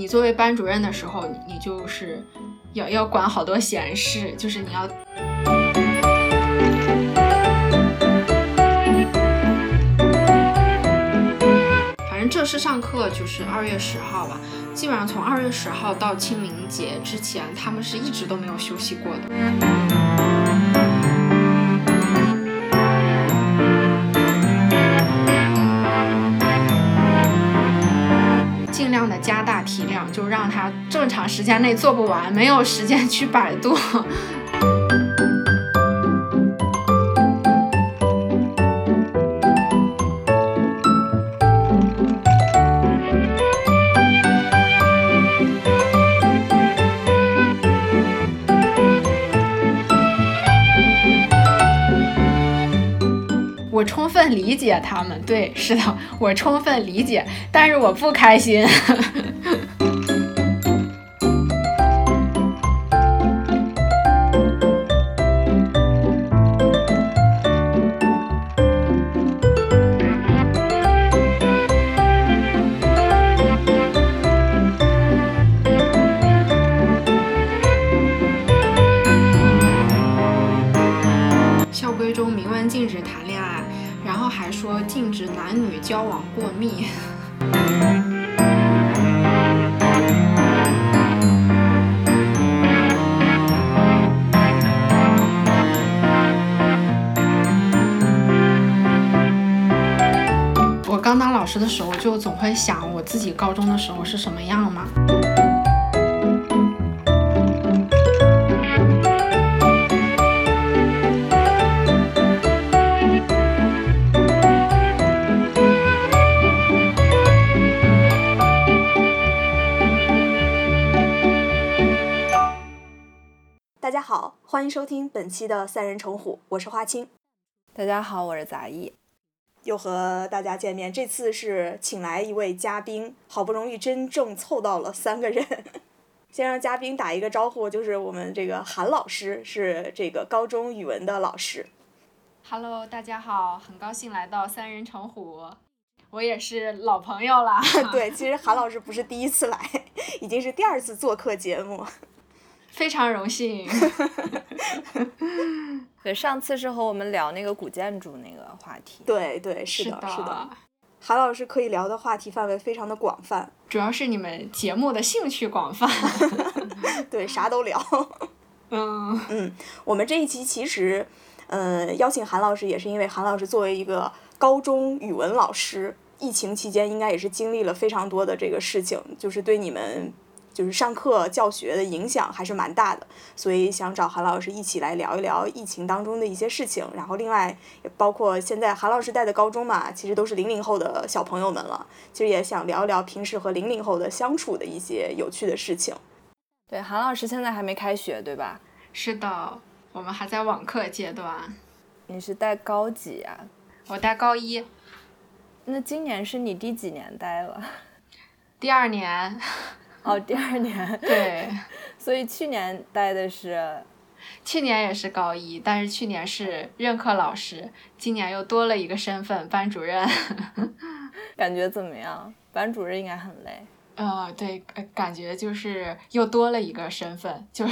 你作为班主任的时候，你就是要管好多闲事，就是你要。反正正式上课就是2月10号吧，基本上从2月10号到清明节之前，他们是一直都没有休息过的。尽量的加大体量，就让他正常时间内做不完，没有时间去百度。我充分理解他们，对，是的，我充分理解，但是我不开心。校规中明文禁止谈恋爱，然后还说禁止男女交往过密。我刚当老师的时候，就总会想我自己高中的时候是什么样嘛。 大家好，欢迎收听本期的三人成虎，我是花青。 大家好，我是杂艺。 又和大家见面，这次是请来一位嘉宾，好不容易真正凑到了3个人。先让嘉宾打一个招呼，就是我们这个韩老师，是这个高中语文的老师。 Hello， 大家好，很高兴来到三人成虎，我也是老朋友了。 对，其实韩老师不是第一次来，已经是第2次做客节目。 非常荣幸。 对，上次是和我们聊那个古建筑那个话题。 对对，是的。韩老师可以聊的话题范围非常的广泛， 主要是你们节目的兴趣广泛。 对，啥都聊。我们这一期其实邀请韩老师也是因为韩老师作为一个高中语文老师，疫情期间应该也是经历了非常多的这个事情，就是对你们就是上课教学的影响还是蛮大的，所以想找韩老师一起来聊一聊疫情当中的一些事情。然后另外也包括现在韩老师带的高中嘛，其实都是00后的小朋友们了，其实也想聊一聊平时和00后的相处的一些有趣的事情。 对，韩老师现在还没开学对吧？ 是的，我们还在网课阶段。 你是带高几呀？ 我带高1。 那今年是你第几年带了？ 第2年。 哦，第2年。 对。 所以去年带的是？ 去年也是高1，但是去年是任课老师，今年又多了一个身份，班主任。 感觉怎么样？班主任应该很累。 对，感觉就是又多了一个身份，就是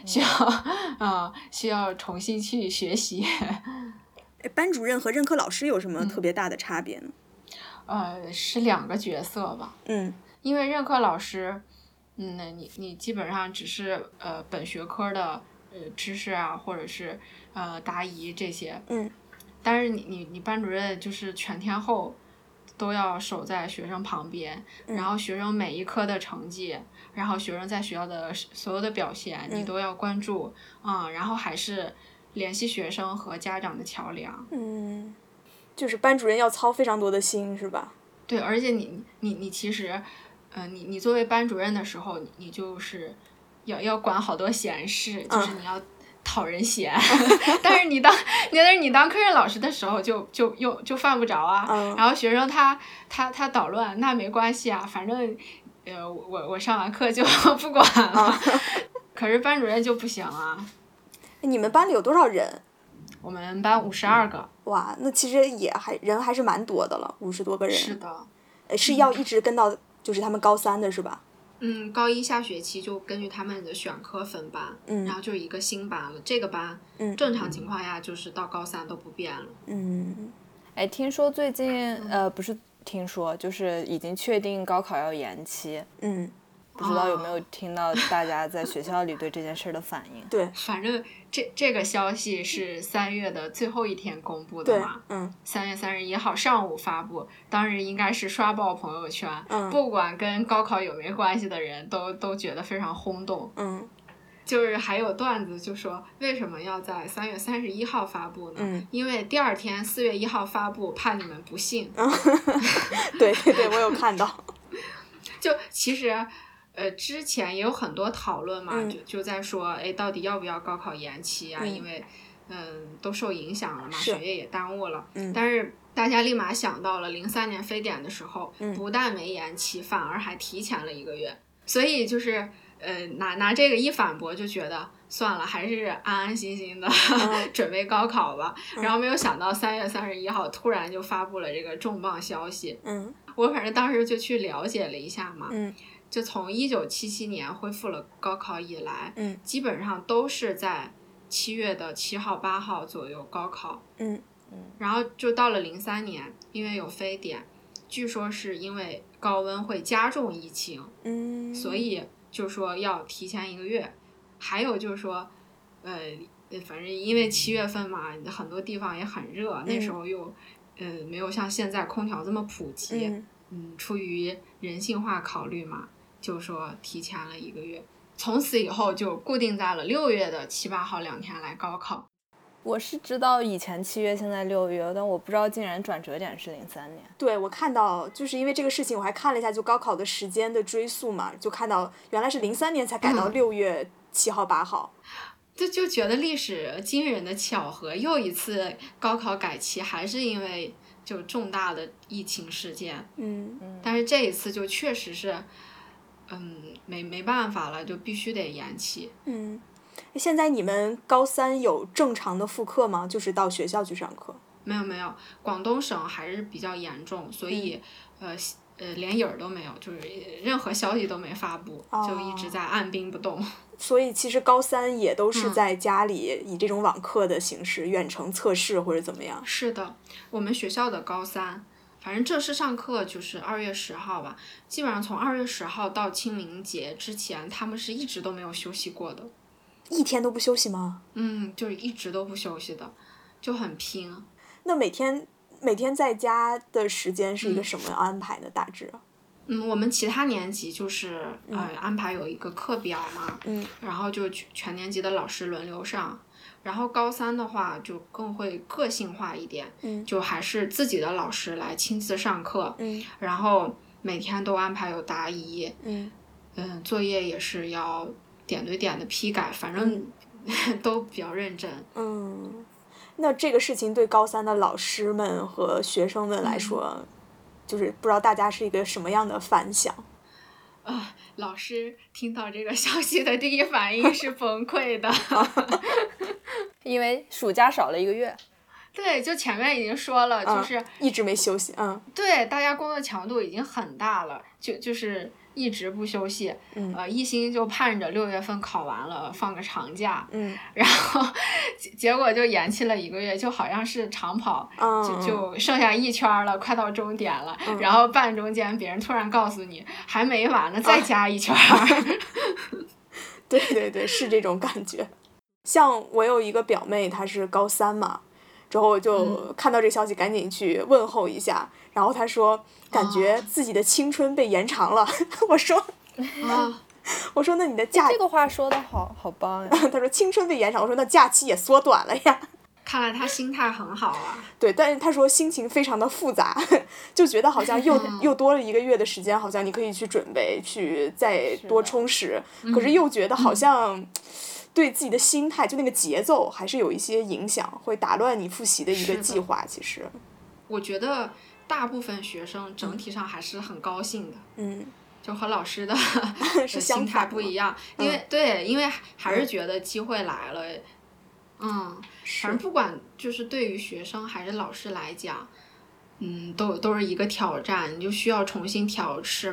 需要重新去学习。 班主任和任课老师有什么特别大的差别呢？ 是2个角色吧。因为任课老师，你基本上只是本学科的知识啊，或者是答疑这些。但是你班主任就是全天候都要守在学生旁边，然后学生每一科的成绩，然后学生在学校的所有的表现，你都要关注。然后还是联系学生和家长的桥梁。 就是班主任要操非常多的心，是吧？ 对，而且你其实，你作为班主任的时候，你就是要管好多闲事，就是你要讨人嫌。但是你当科任老师的时候就犯不着啊。然后学生他捣乱那没关系啊，反正我上完课就不管了。可是班主任就不行啊。 你们班里有多少人？ 我们班52个。 哇，那其实人还是蛮多的了，50多个人。 是的。 是要一直跟到就是他们高3的是吧？ 高一下学期就根据他们的选科分班，然后就是一个新班了。这个班，正常情况下就是到高3都不变了。 听说最近不是听说，就是已经确定高考要延期。不知道有没有听到大家在学校里对这件事的反应？ 对， 反正这个消息是3月的最后一天公布的嘛。3月31号上午发布，当日应该是刷爆朋友圈，不管跟高考有没关系的人都觉得非常轰动。就是还有段子就说为什么要在3月31号发布呢？因为第二天4月1号发布，怕你们不信。 对对对，我有看到。 就其实之前也有很多讨论嘛，就在说到底要不要高考延期啊？因为都受影响了嘛，学业也耽误了。但是大家立马想到了03年非典的时候，不但没延期，反而还提前了1个月。所以就是拿这个一反驳，就觉得算了，还是安安心心的准备高考吧。然后没有想到3月31号突然就发布了这个重磅消息。我反正当时就去了解了一下嘛。就从1977年恢复了高考以来，基本上都是在7月的7号8号左右高考。然后就到了03年，因为有非典，据说是因为高温会加重疫情，所以就说要提前1个月。还有就是说反正因为7月份嘛，很多地方也很热，那时候又没有像现在空调这么普及，出于人性化考虑嘛，就说提前了1个月。从此以后就固定在了6月的7、8号2天来高考。 我是知道以前7月，现在6月，但我不知道竟然转折点是03年。 对，我看到就是因为这个事情，我还看了一下就高考的时间的追溯嘛，就看到原来是03年才改到6月7号8号。 就觉得历史惊人的巧合，又一次高考改期还是因为就重大的疫情事件。但是这一次就确实是没办法了，就必须得延期。 现在你们高3有正常的复课吗？就是到学校去上课？ 没有，广东省还是比较严重，所以连影儿都没有，就是任何消息都没发布，就一直在按兵不动。 所以其实高3也都是在家里以这种网课的形式远程测试或者怎么样？ 是的，我们学校的高3反正正式上课就是2月10号吧，基本上从2月10号到清明节之前，他们是一直都没有休息过的。 一天都不休息吗？ 就是一直都不休息的，就很拼。 那每天在家的时间是一个什么安排呢？大致？ 我们其他年级就是安排有一个课表嘛，然后就全年级的老师轮流上。然后高3的话就更会个性化一点，就还是自己的老师来亲自上课，然后每天都安排有答疑，作业也是要点对点的批改，反正都比较认真。 那这个事情对高3的老师们和学生们来说，就是不知道大家是一个什么样的反响？ 老师听到这个消息的第一反应是崩溃的。 因为暑假少了1个月。 对，就前面已经说了，就是一直没休息。 对，大家工作强度已经很大了，就是一直不休息，一心就盼着6月份考完了放个长假，然后结果就延期了1个月，就好像是长跑，就剩下1圈了，快到终点了，然后半中间别人突然告诉你还没完呢，再加1圈。 对对对，是这种感觉。像我有一个表妹，她是高3嘛，之后就看到这个消息赶紧去问候一下，然后她说感觉自己的青春被延长了。我说那你的假这个话说的好棒呀。 她说青春被延长，我说那假期也缩短了呀。 看来她心态很好啊。 对，但是她说心情非常的复杂，就觉得好像又多了1个月的时间，好像你可以去准备去再多充实，可是又觉得好像对自己的心态就那个节奏还是有一些影响，会打乱你复习的一个计划。其实我觉得大部分学生整体上还是很高兴的，就和老师的心态不一样，因为还是觉得机会来了，反正不管就是对于学生还是老师来讲，都是一个挑战，你就需要重新调试嘛。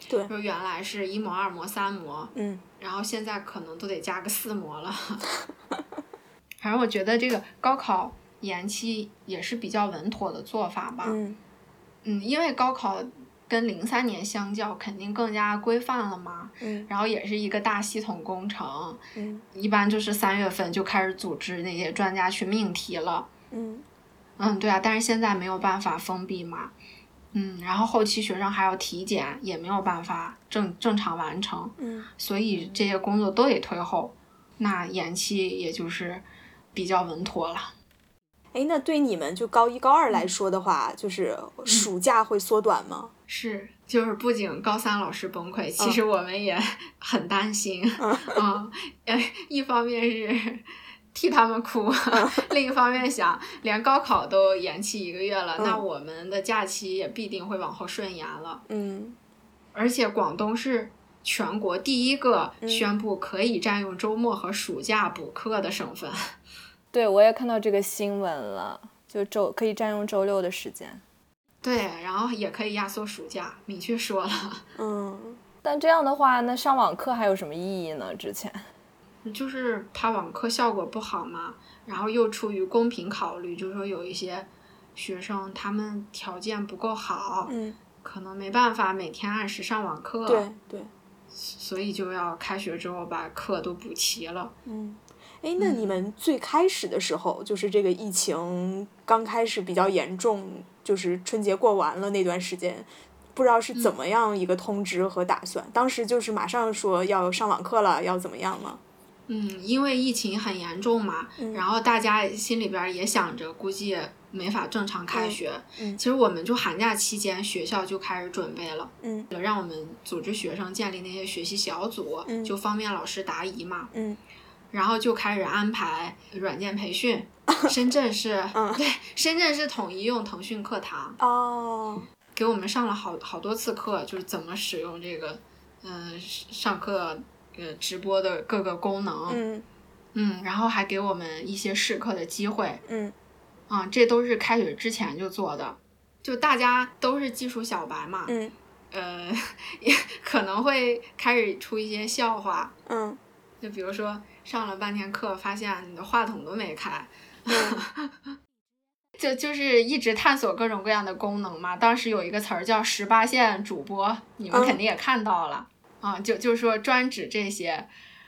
对， 就原来是1模、2模、3模，然后现在可能都得加个4模了。反正我觉得这个高考延期也是比较稳妥的做法吧。因为高考跟03年相较肯定更加规范了嘛，然后也是一个大系统工程，一般就是3月份就开始组织那些专家去命题了。对啊，但是现在没有办法封闭嘛，然后后期学生还要体检，也没有办法正常完成，所以这些工作都得推后，那延期也就是比较稳妥了。 那对你们就高1高2来说的话，就是暑假会缩短吗？ 是，就是不仅高3老师崩溃，其实我们也很担心。一方面是替他们哭，另一方面想连高考都延期1个月了，那我们的假期也必定会往后顺延了。而且广东是全国第一个宣布可以占用周末和暑假补课的省份。 对，我也看到这个新闻了，就可以占用周6的时间。 对，然后也可以压缩暑假，明确说了。 但这样的话，那上网课还有什么意义呢？之前就是怕网课效果不好嘛，然后又出于公平考虑，就是说有一些学生他们条件不够好，可能没办法每天按时上网课。 对， 所以就要开学之后把课都补齐了。 那你们最开始的时候，就是这个疫情刚开始比较严重，就是春节过完了那段时间，不知道是怎么样一个通知和打算？当时就是马上说要上网课了，要怎么样吗？ 因为疫情很严重嘛，然后大家心里边也想着估计没法正常开学。其实我们就寒假期间学校就开始准备了，让我们组织学生建立那些学习小组，就方便老师答疑嘛。然后就开始安排软件培训。深圳是统一用腾讯课堂。给我们上了好多次课，就是怎么使用这个上课直播的各个功能。然后还给我们一些试课的机会。这都是开学之前就做的，就大家都是技术小白嘛。也可能会开始出一些笑话。就比如说上了半天课，发现你的话筒都没开。就是一直探索各种各样的功能嘛。当时有一个词儿叫18线主播，你们肯定也看到了。就是说专指这些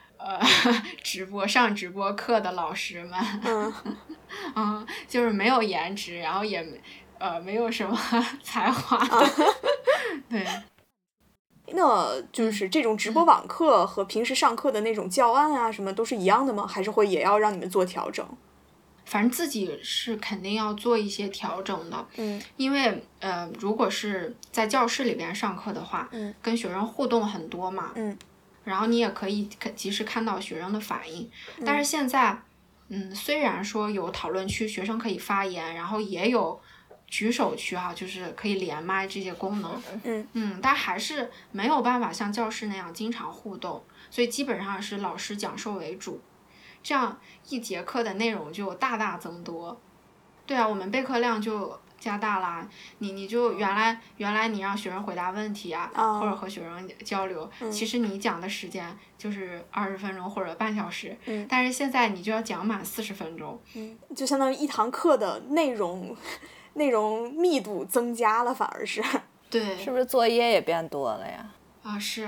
上直播课的老师们。就是没有颜值，然后也没有什么才华的。对。 那就是这种直播网课和平时上课的那种教案啊什么都是一样的吗？还是也要让你们做调整？ 反正自己是肯定要做一些调整的。因为如果是在教室里边上课的话，跟学生互动很多嘛。然后你也可以及时看到学生的反应。但是现在虽然说有讨论区，学生可以发言，然后也有举手区就是可以连麦这些功能。但还是没有办法像教室那样经常互动，所以基本上是老师讲授为主，这样一节课的内容就大大增多。对啊，我们备课量就加大啦。你就原来你让学生回答问题啊，或者和学生交流，其实你讲的时间就是20分钟或者半小时。但是现在你就要讲满40分钟。 就相当于一堂课的内容密度增加了，反而是。 对。 是不是作业也变多了呀？ 是。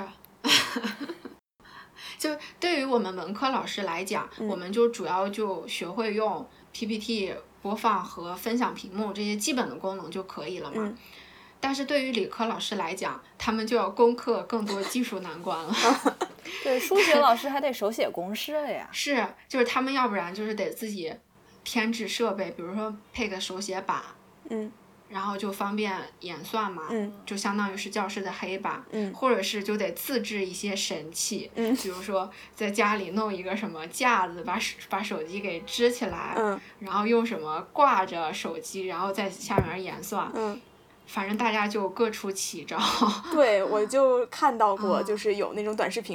就对于我们文科老师来讲，我们就主要就学会用 PPT 播放和分享屏幕这些基本的功能就可以了嘛。但是对于理科老师来讲，他们就要攻克更多技术难关了。 对，数学老师还得手写公式了呀。 是，就是他们要不然就是得自己添置设备，比如说配个手写板。然后就方便演算嘛。就相当于是教室的黑板。或者是就得自制一些神器。比如说在家里弄一个什么架子，把手机给支起来。然后用什么挂着手机，然后在下面演算。反正大家就各出奇招。 对，我就看到过，就是有那种短视频上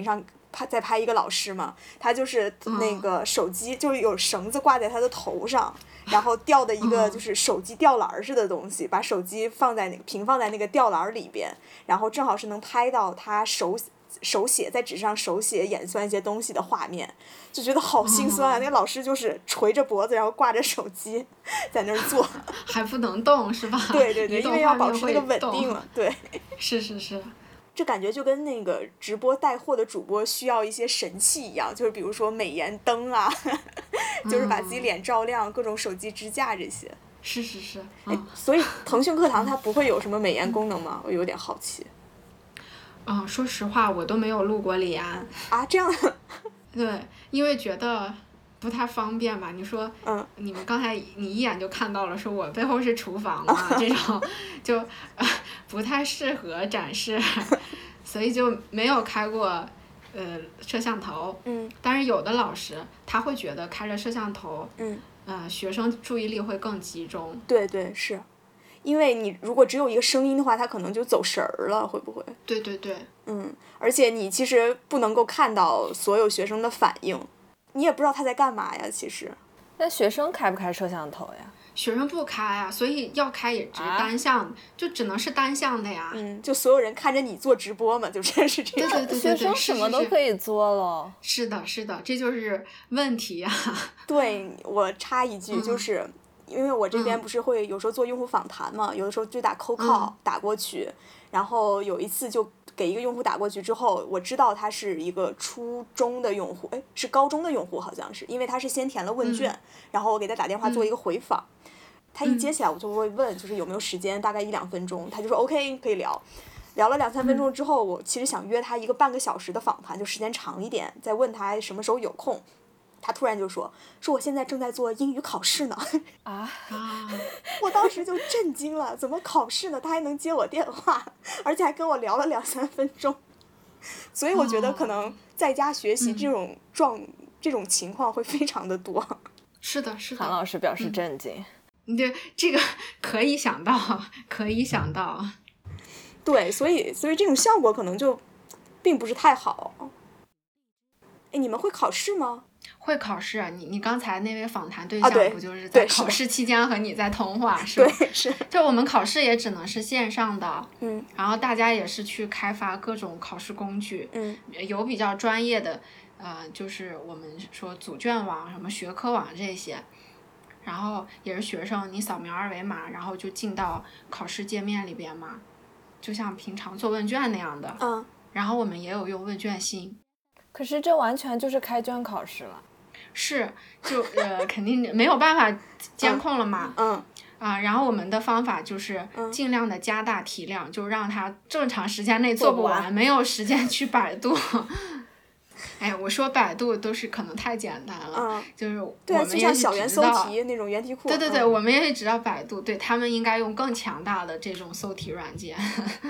在拍一个老师嘛，他就是那个手机就是有绳子挂在他的头上，然后吊的一个就是手机吊篮似的东西，把手机平放在那个吊篮里边，然后正好是能拍到他手写在纸上手写演算一些东西的画面，就觉得好心酸啊！那个老师就是垂着脖子，然后挂着手机在那儿做， 还不能动是吧？ 对对对，因为要保持那个稳定了，对。 是是是。 这感觉就跟那个直播带货的主播需要一些神器一样，就是比如说美颜灯啊，就是把自己脸照亮，各种手机支架这些。 是是是。 所以腾讯课堂它不会有什么美颜功能吗？我有点好奇。 说实话我都没有录过脸啊，这样。 对，因为觉得不太方便吧。你说你们刚才你一眼就看到了说我背后是厨房嘛，这种就不太适合展示，所以就没有开过摄像头。但是有的老师他会觉得开着摄像头学生注意力会更集中。 对对是。因为你如果只有一个声音的话，他可能就走神儿了，会不会？ 对对对。 而且你其实不能够看到所有学生的反应，你也不知道他在干嘛呀，其实。 那学生开不开摄像头呀？ 学生不开啊，所以要开也只是单向，就只能是单向的呀。 就所有人看着你做直播嘛，就是这样。 对对对对对， 学生什么都可以做了。 是的，是的，这就是问题呀。 对，我插一句，就是因为我这边不是会有时候做用户访谈嘛，有的时候就打 cold call 打过去，然后有一次就给一个用户打过去之后，我知道他是一个初中的用户，是高中的用户好像是，因为他是先填了问卷，然后我给他打电话做一个回访，他一接起来我就会问就是有没有时间，大概1-2分钟，他就说 OK 可以聊。聊了2-3分钟之后，我其实想约他一个半个小时的访谈，就时间长一点，再问他什么时候有空。他突然就说我现在正在做英语考试呢。我当时就震惊了，怎么考试呢？他还能接我电话，而且还跟我聊了2-3分钟。所以我觉得可能在家学习这种情况会非常的多。 是的是的。 韩老师表示震惊。 对，这个可以想到，可以想到。 对，所以这种效果可能就并不是太好。你们会考试吗？ 会考试啊，你刚才那位访谈对象不就是在考试期间和你在通话是吧？ 对，是。 就我们考试也只能是线上的，然后大家也是去开发各种考试工具，有比较专业的，就是我们说组卷网、什么学科网这些，然后也是学生你扫描2维码，然后就进到考试界面里边嘛，就像平常做问卷那样的，然后我们也有用问卷星。 可是这完全就是开卷考试了。 是，就肯定没有办法监控了嘛。然后我们的方法就是尽量的加大体量，就让他正常时间内做不完，没有时间去百度。我说百度都是可能太简单了，就是我们也就像小猿搜题那种原题库。 对对对，我们也知道百度，对他们应该用更强大的这种搜题软件。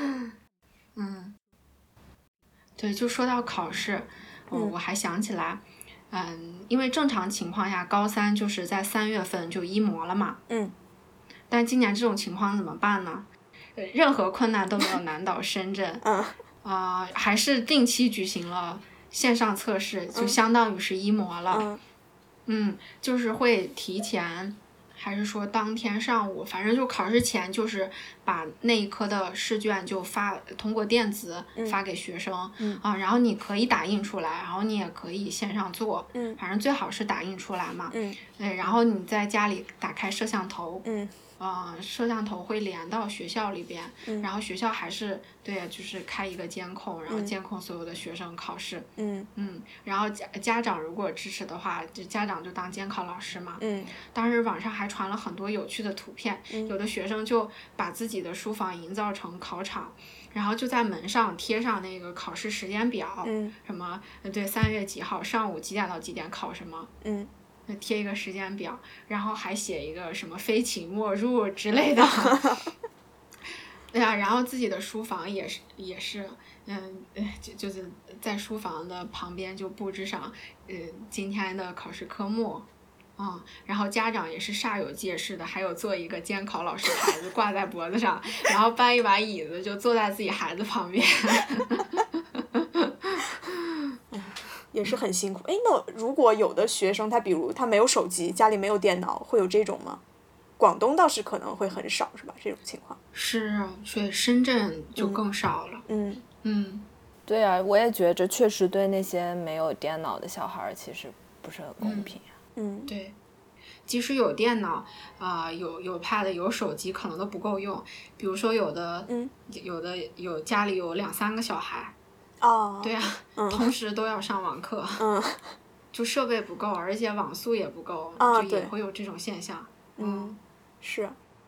对，就说到考试，我还想起来。因为正常情况下高3就是在3月份就一模了嘛。但今年这种情况怎么办呢？任何困难都没有难倒深圳。还是定期举行了线上测试，就相当于是一模了。就是会提前，还是说当天上午，反正就考试前就是把那一科的试卷就通过电子发给学生，然后你可以打印出来，然后你也可以线上做，反正最好是打印出来嘛。然后你在家里打开摄像头，摄像头会连到学校里边，然后学校还是就是开一个监控，然后监控所有的学生考试。然后家长如果支持的话，就家长就当监考老师嘛。当时网上还传了很多有趣的图片，有的学生就把自己的书房营造成考场，然后就在门上贴上那个考试时间表，什么3月几号上午几点到几点考什么。贴一个时间表，然后还写一个什么非请莫入之类的。然后自己的书房也是就是在书房的旁边就布置上今天的考试科目。然后家长也是煞有介事的，还有做一个监考老师牌子挂在脖子上，然后搬一把椅子就坐在自己孩子旁边。 也是很辛苦。哎，那如果有的学生他比如他没有手机，家里没有电脑，会有这种吗？广东倒是可能会很少，是吧？这种情况。 是啊，所以深圳就更少了。 对啊，我也觉着确实对那些没有电脑的小孩其实不是很公平。 对。即使有电脑有 pad 有手机可能都不够用，比如说有的家里有2-3个小孩，对啊，同时都要上网课，就设备不够，而且网速也不够，就也会有这种现象。 是。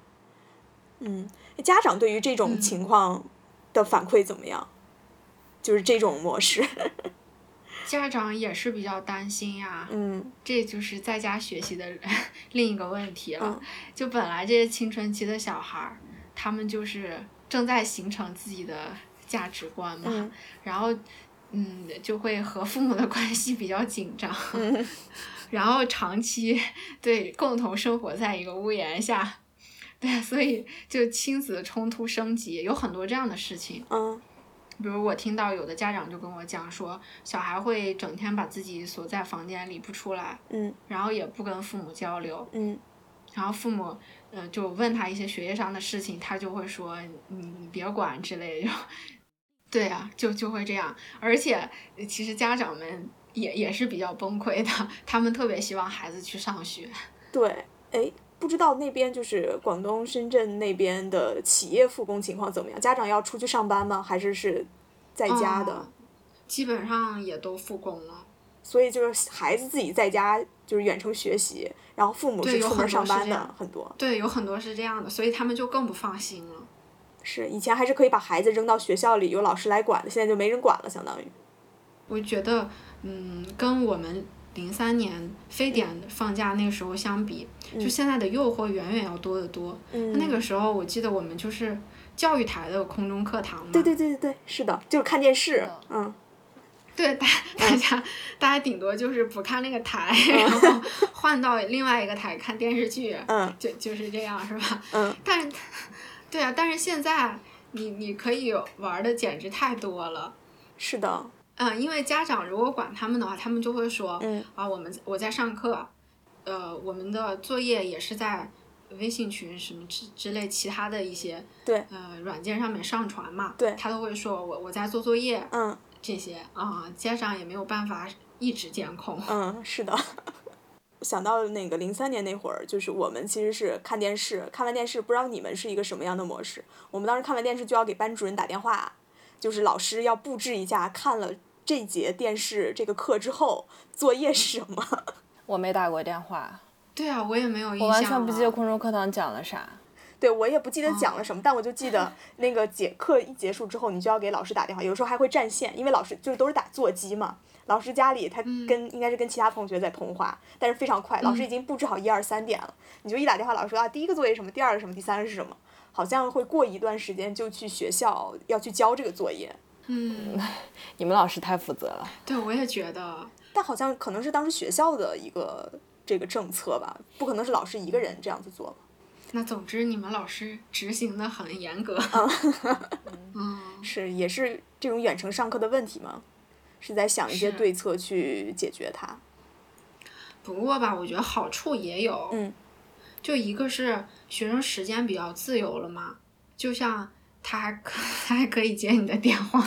家长对于这种情况的反馈怎么样？就是这种模式。 家长也是比较担心呀，这就是在家学习的另一个问题了。就本来这些青春期的小孩，他们就是正在形成自己的价值观嘛，然后就会和父母的关系比较紧张，然后长期共同生活在一个屋檐下，对，所以就亲子冲突升级，有很多这样的事情。比如我听到有的家长就跟我讲说，小孩会整天把自己锁在房间里不出来，然后也不跟父母交流，然后父母就问他一些学业上的事情，他就会说你别管之类的，对啊，就会这样。而且其实家长们也是比较崩溃的，他们特别希望孩子去上学。 对，不知道那边就是广东深圳那边的企业复工情况怎么样？家长要出去上班吗？还是在家的？ 基本上也都复工了。 所以就是孩子自己在家就是远程学习，然后父母是出门上班的，很多。 对，有很多是这样的，所以他们就更不放心了。 是，以前还是可以把孩子扔到学校里有老师来管的，现在就没人管了，相当于。 我觉得跟我们03年非典放假那个时候相比，就现在的诱惑远远要多得多。那个时候我记得我们就是教育台的空中课堂嘛。 对，是的，就是看电视。 对，大家顶多就是不看那个台，然后换到另外一个台看电视剧，就是这样，是吧？但是现在你可以玩的简直太多了。 是的。 因为家长如果管他们的话，他们就会说，我在上课，我们的作业也是在微信群什么之类其他的一些软件上面上传嘛，他都会说我在做作业，这些家长也没有办法一直监控。 是的。想到那个03年那会儿，就是我们其实是看电视，看完电视不知道你们是一个什么样的模式。我们当时看完电视就要给班主任打电话，就是老师要布置一下，看了这节电视这个课之后作业是什么。 我没打过电话。 对啊，我也没有印象。 我完全不记得空中课堂讲了啥。 对，我也不记得讲了什么，但我就记得那个课一结束之后，你就要给老师打电话，有时候还会占线，因为老师就是都是打座机嘛。老师家里他应该是跟其他同学在通话，但是非常快，老师已经布置好1、2、3点了，你就一打电话，老师说第一个作业什么，第二个什么，第三个是什么，好像会过一段时间就去学校要去交这个作业。 你们老师太负责了。 对，我也觉得。 但好像可能是当时学校的一个这个政策吧，不可能是老师一个人这样子做吧。 那总之你们老师执行的很严格。 是，也是这种远程上课的问题嘛，是在想一些对策去解决它。 不过吧，我觉得好处也有。就一个是学生时间比较自由了嘛，就像他还可以接你的电话。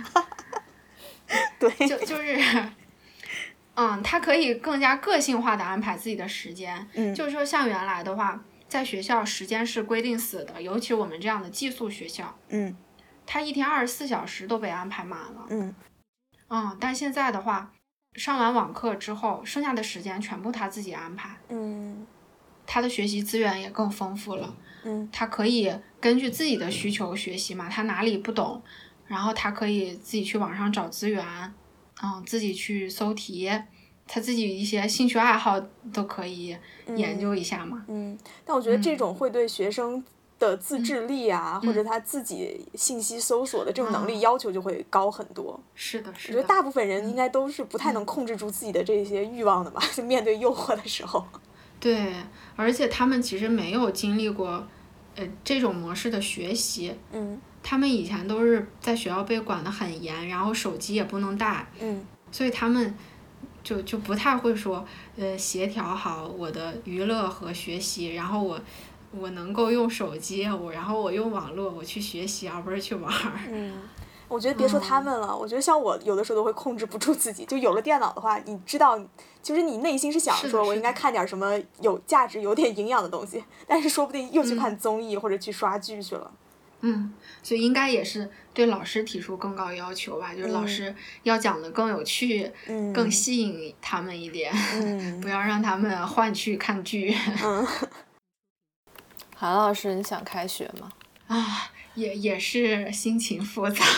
对。 就是他可以更加个性化的安排自己的时间。就是说像原来的话，在学校时间是规定死的，尤其我们这样的寄宿学校，他一天24小时都被安排满了。但现在的话，上完网课之后，剩下的时间全部他自己安排。他的学习资源也更丰富了。他可以根据自己的需求学习嘛，他哪里不懂，然后他可以自己去网上找资源，自己去搜题。他自己一些兴趣爱好都可以研究一下嘛。 但我觉得这种会对学生的自制力啊，或者他自己信息搜索的这种能力要求就会高很多。 是的。 我觉得大部分人应该都是不太能控制住自己的这些欲望的吧，就面对诱惑的时候。 对，而且他们其实没有经历过这种模式的学习。他们以前都是在学校被管得很严，然后手机也不能带。所以他们就不太会说协调好我的娱乐和学习，然后我能够用手机，然后我用网络我去学习，而不是去玩儿。 我觉得别说他们了，我觉得像我有的时候都会控制不住自己，就有了电脑的话，你知道，就是你内心是想说我应该看点什么有价值、有点营养的东西，但是说不定又去看综艺或者去刷剧去了。 所以应该也是对老师提出更高要求吧，就是老师要讲的更有趣，更吸引他们一点，不要让他们换去看剧。 韩老师，你想开学吗？ 也是心情复杂。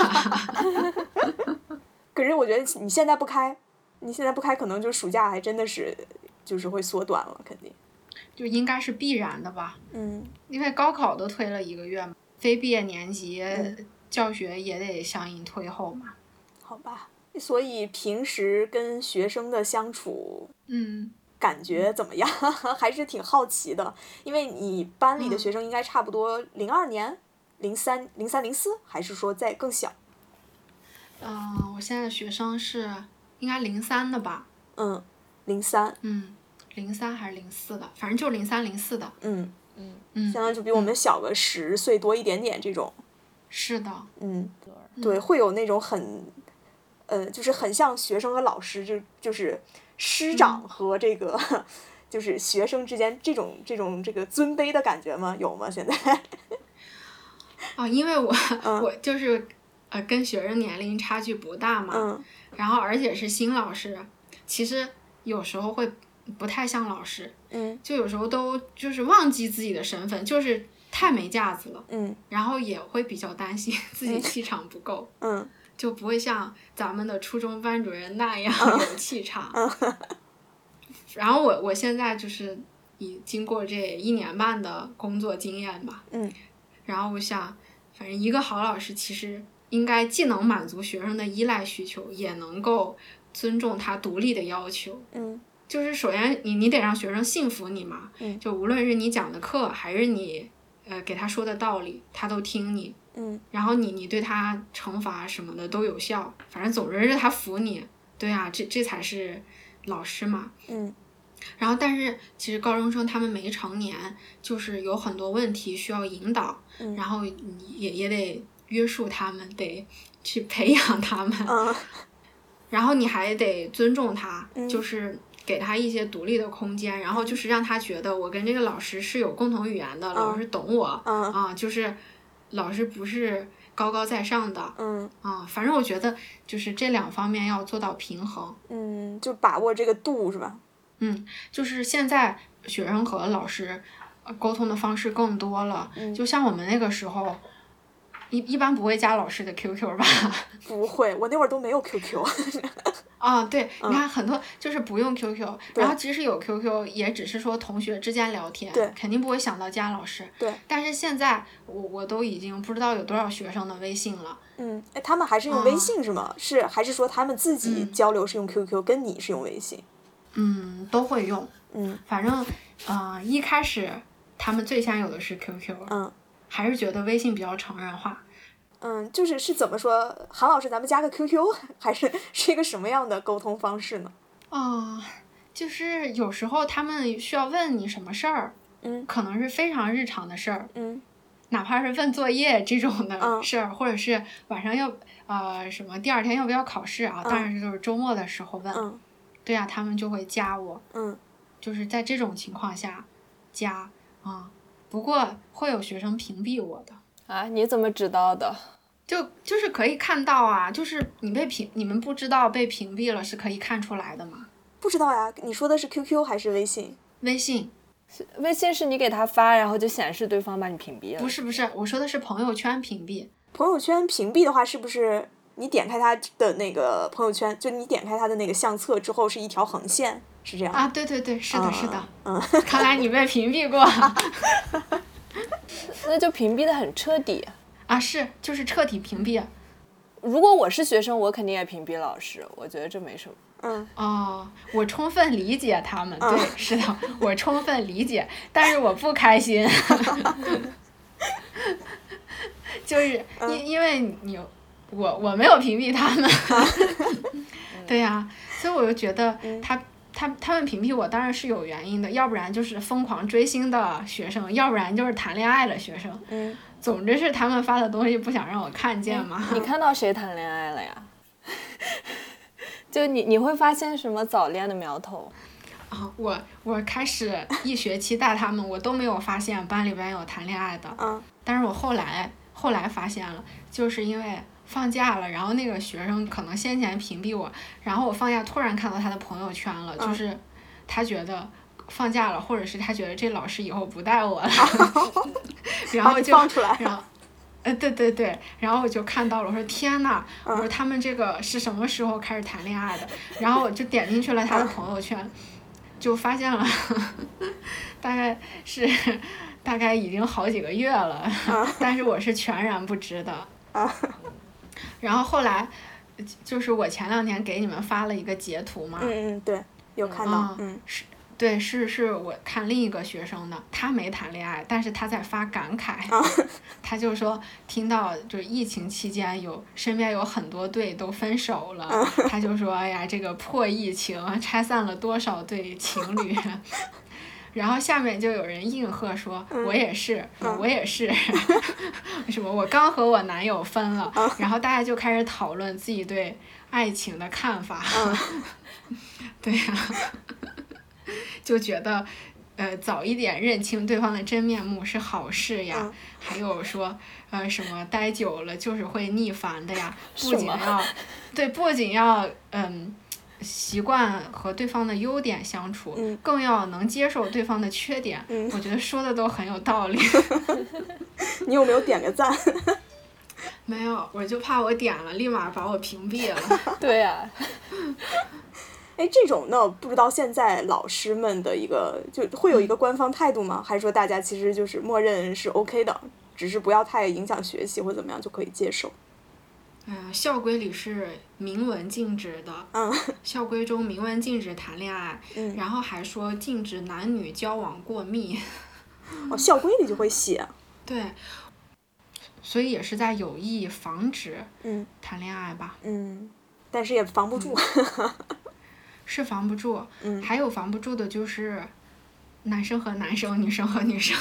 可是我觉得你现在不开，可能就暑假还真的是就是会缩短了，肯定。 就应该是必然的吧。因为高考都推了1个月嘛，非毕业年级教学也得相应推后嘛。 好吧，所以平时跟学生的相处，感觉怎么样？还是挺好奇的，因为你班里的学生应该差不多02年。03、04，还是说再更小？ 我现在的学生是应该03的吧 ？03。 03还是04的，反正就03、04的。 相当于就比我们小个10岁多一点点这种。 是的。 对，会有那种很，就是很像学生和老师，就是师长和这个，就是学生之间这种这个尊卑的感觉吗？有吗？现在？ 因为我就是跟学生年龄差距不大嘛，然后而且是新老师，其实有时候会不太像老师，就有时候都就是忘记自己的身份，就是太没架子了，然后也会比较担心自己气场不够，就不会像咱们的初中班主任那样有气场。然后我现在就是经过这1年半的工作经验吧，然后我想，反正一个好老师其实应该既能满足学生的依赖需求，也能够尊重他独立的要求。就是首先你得让学生信服你嘛，就无论是你讲的课还是你给他说的道理，他都听你。然后你对他惩罚什么的都有效，反正总之是他服你。对啊，这才是老师嘛。然后但是其实高中生他们没成年，就是有很多问题需要引导，然后也得约束他们，得去培养他们，然后你还得尊重他，就是给他一些独立的空间，然后就是让他觉得我跟这个老师是有共同语言的，老师懂我，就是老师不是高高在上的，反正我觉得就是这2方面要做到平衡， 就把握这个度是吧？ 就是现在学生和老师沟通的方式更多了，就像我们那个时候一般不会加老师的 QQ 吧？ 不会，我那会儿都没有 QQ。 对，你看很多就是不用 QQ，然后即使有 QQ 也只是说同学之间聊天，肯定不会想到加老师。但是现在我都已经不知道有多少学生的微信了。 他们还是用微信是吗？还是说他们自己交流是用 QQ，跟你是用微信？ 都会用。反正一开始他们最先有的是 QQ，还是觉得微信比较成人化。 是怎么说？韩老师，咱们加个 QQ， 还是一个什么样的沟通方式呢？ 就是有时候他们需要问你什么事儿，可能是非常日常的事儿，哪怕是问作业这种的事儿，或者是晚上要什么第2天要不要考试啊？当然是就是周末的时候问。对啊，他们就会加我，就是在这种情况下加不过会有学生屏蔽我的。 你怎么知道的？ 就是可以看到啊，就是你们不知道被屏蔽了是可以看出来的吗？ 不知道呀，你说的是 QQ 还是微信？ 微信。 微信是你给他发，然后就显示对方把你屏蔽了。 不是，我说的是朋友圈屏蔽。 朋友圈屏蔽的话，是不是你点开他的那个朋友圈，就你点开他的那个相册之后是一条横线，是这样？ 对，是的。看来你被屏蔽过。 那就屏蔽的很彻底。 就是彻底屏蔽。 如果我是学生，我肯定也屏蔽老师，我觉得这没什么。 我充分理解他们，对，是的，我充分理解，但是我不开心。就是因为我没有屏蔽他们。 对呀，所以我就觉得他们屏蔽我当然是有原因的，要不然就是疯狂追星的学生，要不然就是谈恋爱的学生。总之是他们发的东西不想让我看见嘛。 你看到谁谈恋爱了呀？就你会发现什么早恋的苗头？ 我开始一学期带他们，我都没有发现班里边有谈恋爱的。但是我后来发现了，就是因为放假了，然后那个学生可能先前屏蔽我，然后我放假突然看到他的朋友圈了，就是他觉得放假了，或者是他觉得这老师以后不带我了，然后就放出来， 然后对，然后我就看到了，我说天呐，我说他们这个是什么时候开始谈恋爱的？然后我就点进去了他的朋友圈，就发现了，大概已经好几个月了，但是我是全然不知的。然后后来就是我前2天给你们发了一个截图嘛。 对，有看到。 是我看另一个学生的，他没谈恋爱，但是他在发感慨。他就说听到就是疫情期间身边有很多对都分手了。他就说哎呀，这个破疫情拆散了多少对情侣。然后下面就有人应和说，我也是，我也是，什么我刚和我男友分了，然后大家就开始讨论自己对爱情的看法。对呀，就觉得早一点认清对方的真面目是好事呀。还有说什么待久了就是会腻烦的呀，不仅要习惯和对方的优点相处，更要能接受对方的缺点。我觉得说的都很有道理。 你有没有点个赞？ 没有，我就怕我点了立马把我屏蔽了。 对呀。 这种呢，不知道现在老师们的一个就会有一个官方态度吗？还是说大家其实就是默认是 OK 的，只是不要太影响学习或怎么样就可以接受？ 校规里是明文禁止的。校规中明文禁止谈恋爱。然后还说禁止男女交往过密。 校规里就会写。 对，所以也是在有意防止谈恋爱吧。 但是也防不住。 是防不住。还有防不住的就是男生和男生，女生和女生。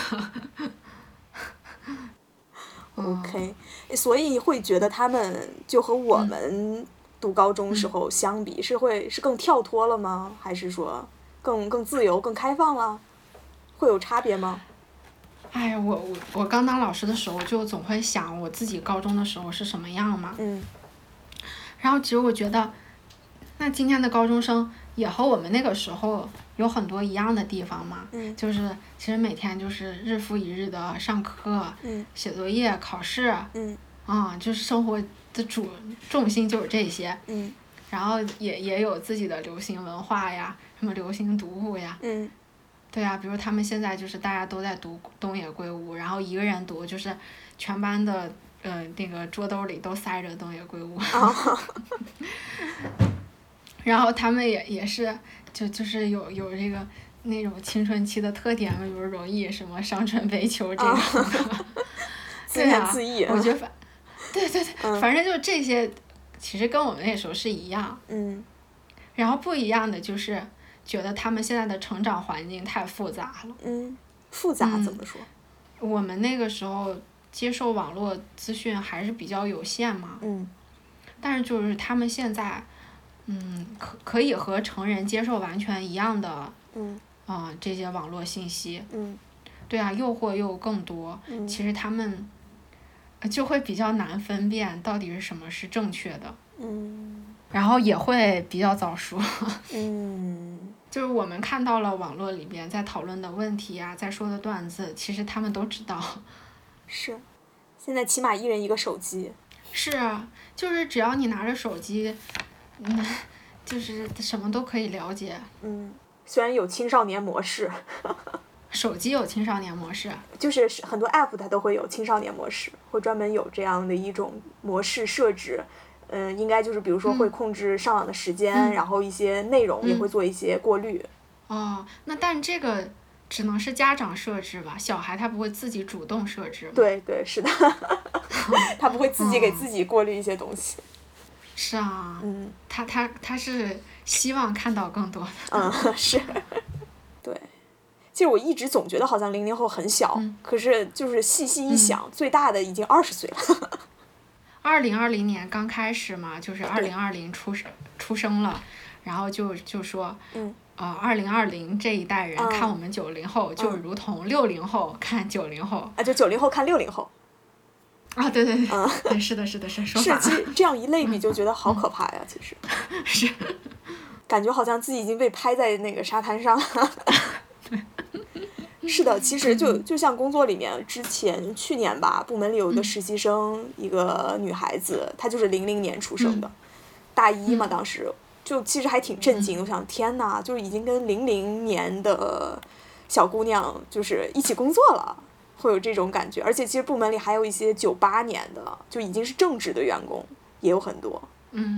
OK， 所以会觉得他们就和我们读高中时候相比，是更跳脱了吗？还是说更自由、更开放了？会有差别吗？ 哎呀，我刚当老师的时候，就总会想我自己高中的时候是什么样嘛。然后其实我觉得，那今天的高中生也和我们那个时候有很多一样的地方嘛。就是其实每天就是日复一日的上课、写作业、考试。就是生活的重心就是这些。然后也有自己的流行文化呀，什么流行读物呀。对呀，比如他们现在就是大家都在读东野圭吾，然后一个人读就是全班的那个桌兜里都塞着东野圭吾。然后他们也是就是有这个那种青春期的特点嘛，比如容易什么伤春悲秋这种的。 自言自语。 我觉得对，反正就这些其实跟我们那时候是一样。然后不一样的就是觉得他们现在的成长环境太复杂了。 复杂怎么说？ 我们那个时候接受网络资讯还是比较有限嘛。但是就是他们现在可以和成人接受完全一样的这些网络信息。对啊，诱惑又更多。其实他们就会比较难分辨到底是什么是正确的。然后也会比较早熟。就是我们看到了网络里边在讨论的问题啊，在说的段子，其实他们都知道。 是，现在起码一人一个手机。 是啊，就是只要你拿着手机，就是什么都可以了解。 虽然有青少年模式。 手机有青少年模式？ 就是很多 app 它都会有青少年模式，会专门有这样的一种模式设置。应该就是比如说会控制上网的时间，然后一些内容也会做一些过滤。 那但这个只能是家长设置吧，小孩他不会自己主动设置吗？ 对，是的。他不会自己给自己过滤一些东西。 是啊，他是希望看到更多的。 是，对。其实我一直总觉得好像00后很小，可是就是细细一想，最大的已经20岁了。 2020年刚开始嘛，就是2020出生了，然后就说，2020这一代人看我们90后，就如同60后看90后。 就90后看60后。 啊，对，是的，说法。 是，其实这样一类比就觉得好可怕呀，其实。 是。 感觉好像自己已经被拍在那个沙滩上。是的，其实就像工作里面，去年吧，部门里有一个实习生，一个女孩子，她就是00年出生的，大一嘛，当时就其实还挺震惊。我想，天哪，就是已经跟00年的小姑娘就是一起工作了，会有这种感觉。而且其实部门里还有一些98年的，就已经是正职的员工，也有很多。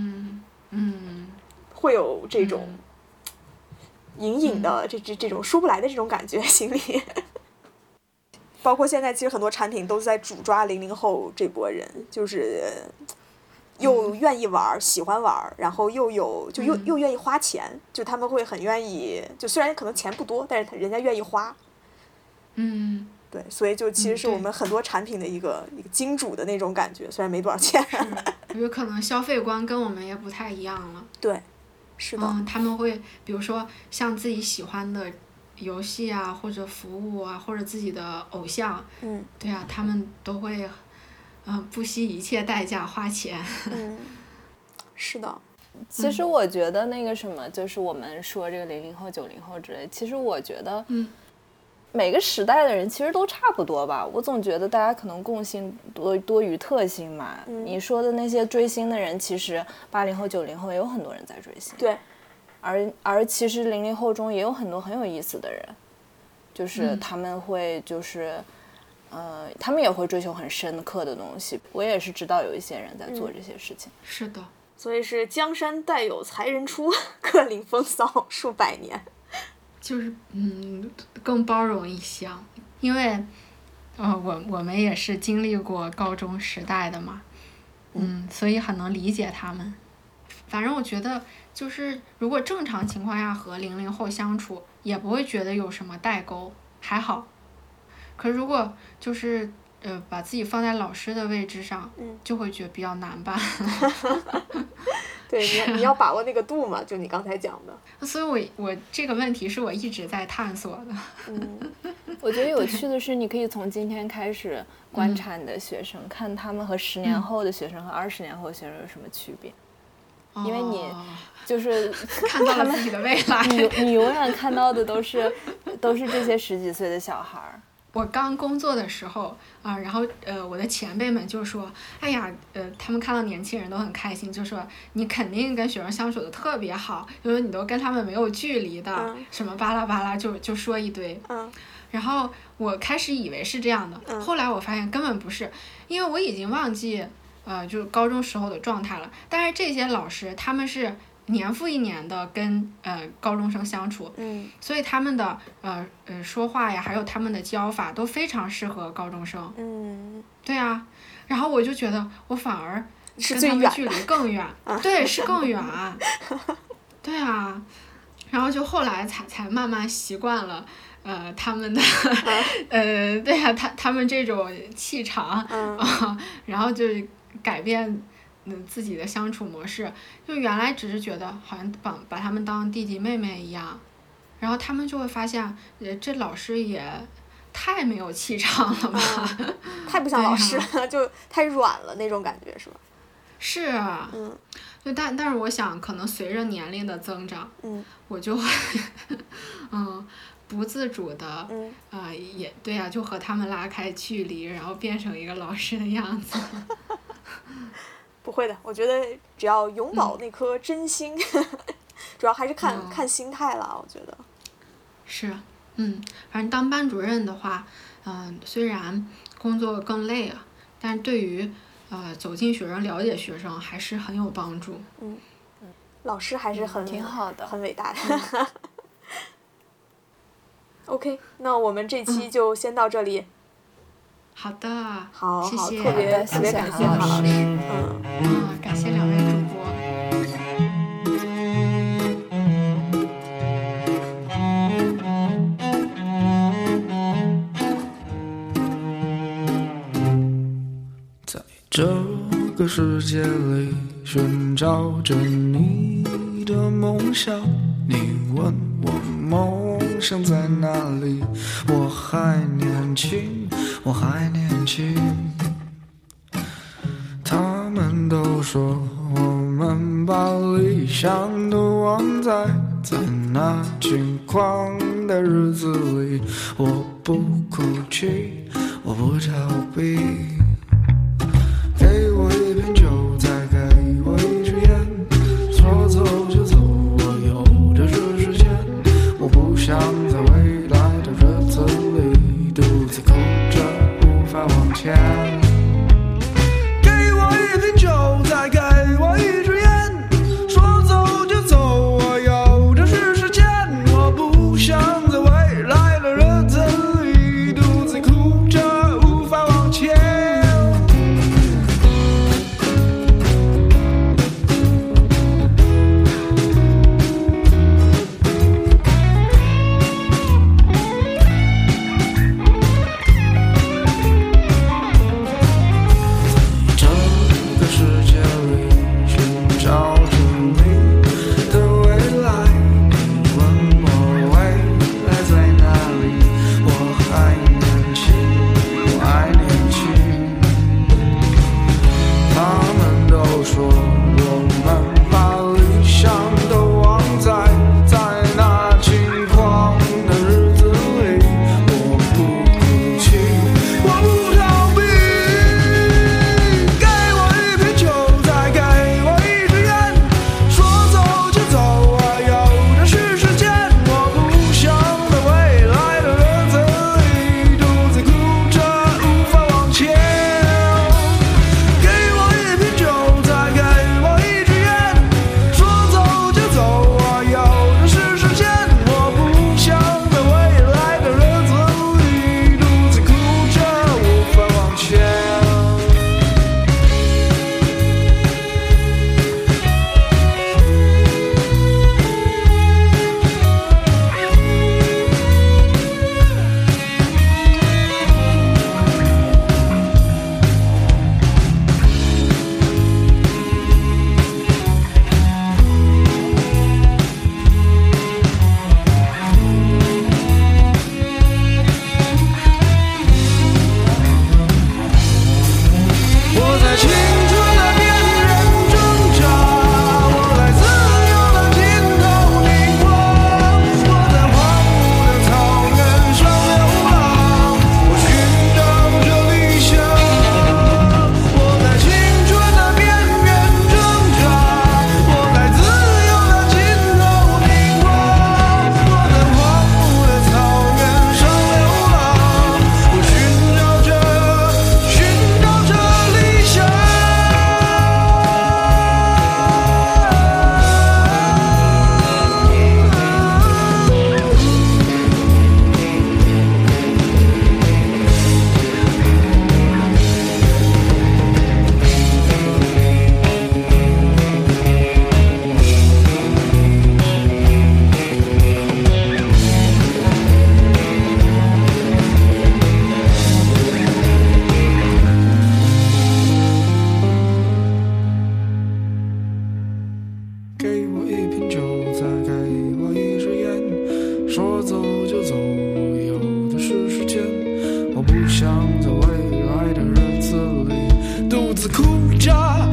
会有这种隐隐的这种说不来的这种感觉心里。包括现在其实很多产品都在主抓00后这波人，就是又愿意玩，喜欢玩，然后又愿意花钱，就他们会很愿意，就虽然可能钱不多，但是人家愿意花。对，所以就其实是我们很多产品的一个金主的那种感觉，虽然没多少钱。 有可能消费观跟我们也不太一样了。 对。是的。 他们会比如说像自己喜欢的游戏啊，或者服务啊，或者自己的偶像，对啊，他们都会不惜一切代价花钱。 是的。 其实我觉得那个什么，就是我们说这个00后、90后之类，其实我觉得，每个时代的人其实都差不多吧。我总觉得大家可能共性多于特性嘛。你说的那些追星的人，其实80后、90后也有很多人在追星。 对。 而其实00后中也有很多很有意思的人，就是他们会就是他们也会追求很深刻的东西。我也是知道有一些人在做这些事情。 是的。 所以是江山代有才人出，各领风骚数百年。 就是更包容一些，因为我们也是经历过高中时代的嘛，所以很能理解他们。反正我觉得就是如果正常情况下和00后相处，也不会觉得有什么代沟，还好。可如果就是把自己放在老师的位置上，就会觉得比较难办。 对，你要把握那个度嘛，就你刚才讲的。 所以我这个问题是我一直在探索的。 我觉得有趣的是，你可以从今天开始观察你的学生，看他们和10年后的学生和20年后的学生有什么区别。因为你就是看到了自己的未来。 你永远看到的都是这些10几岁的小孩儿。 我刚工作的时候然后我的前辈们就说，哎呀，他们看到年轻人都很开心，就说你肯定跟学生相处的特别好，就说你都跟他们没有距离的，什么巴拉巴拉就说一堆。然后我开始以为是这样的，后来我发现根本不是，因为我已经忘记就高中时候的状态了。但是这些老师他们是年复一年的跟高中生相处，所以他们的说话呀，还有他们的教法都非常适合高中生。对啊，然后我就觉得我反而跟他们距离更远，对，是更远。对啊，然后就后来才慢慢习惯了他们的对啊，他们这种气场，然后就改变自己的相处模式。就原来只是觉得好像把他们当弟弟妹妹一样，然后他们就会发现这老师也太没有气场了吧， 太不像老师了，就太软了那种感觉，是吧？ 是啊。就但是我想可能随着年龄的增长，我就会不自主的也对啊，就和他们拉开距离，然后变成一个老师的样子。 不会的，我觉得只要永葆那颗真心，主要还是看心态了，我觉得。 是，反正当班主任的话，虽然工作更累啊，但是对于走进学生、了解学生还是很有帮助。 老师还是挺好的， 很伟大的。OK， 那我们这期就先到这里。 好的。 好， 谢谢， 特别感谢韩老师。 感谢2位主播。 这个世界里寻找着你的梦想，你问我梦想在哪里，我还年轻，我还年轻。他们都说我们把理想都忘在那轻狂的日子里，我不哭泣，我不逃避。给我一瓶酒，再给我一支烟，说走就走，我有的是时间。我不想在未来的日子里独自哭着无法往前。给我一瓶酒，再给我一支烟，说走就走，我有的是时间。我不想在未来的日子里独自哭着无法往前。给我一瓶酒，再给我一支烟，说走就走，我有的是时间。我不想在未来的日子里独自哭着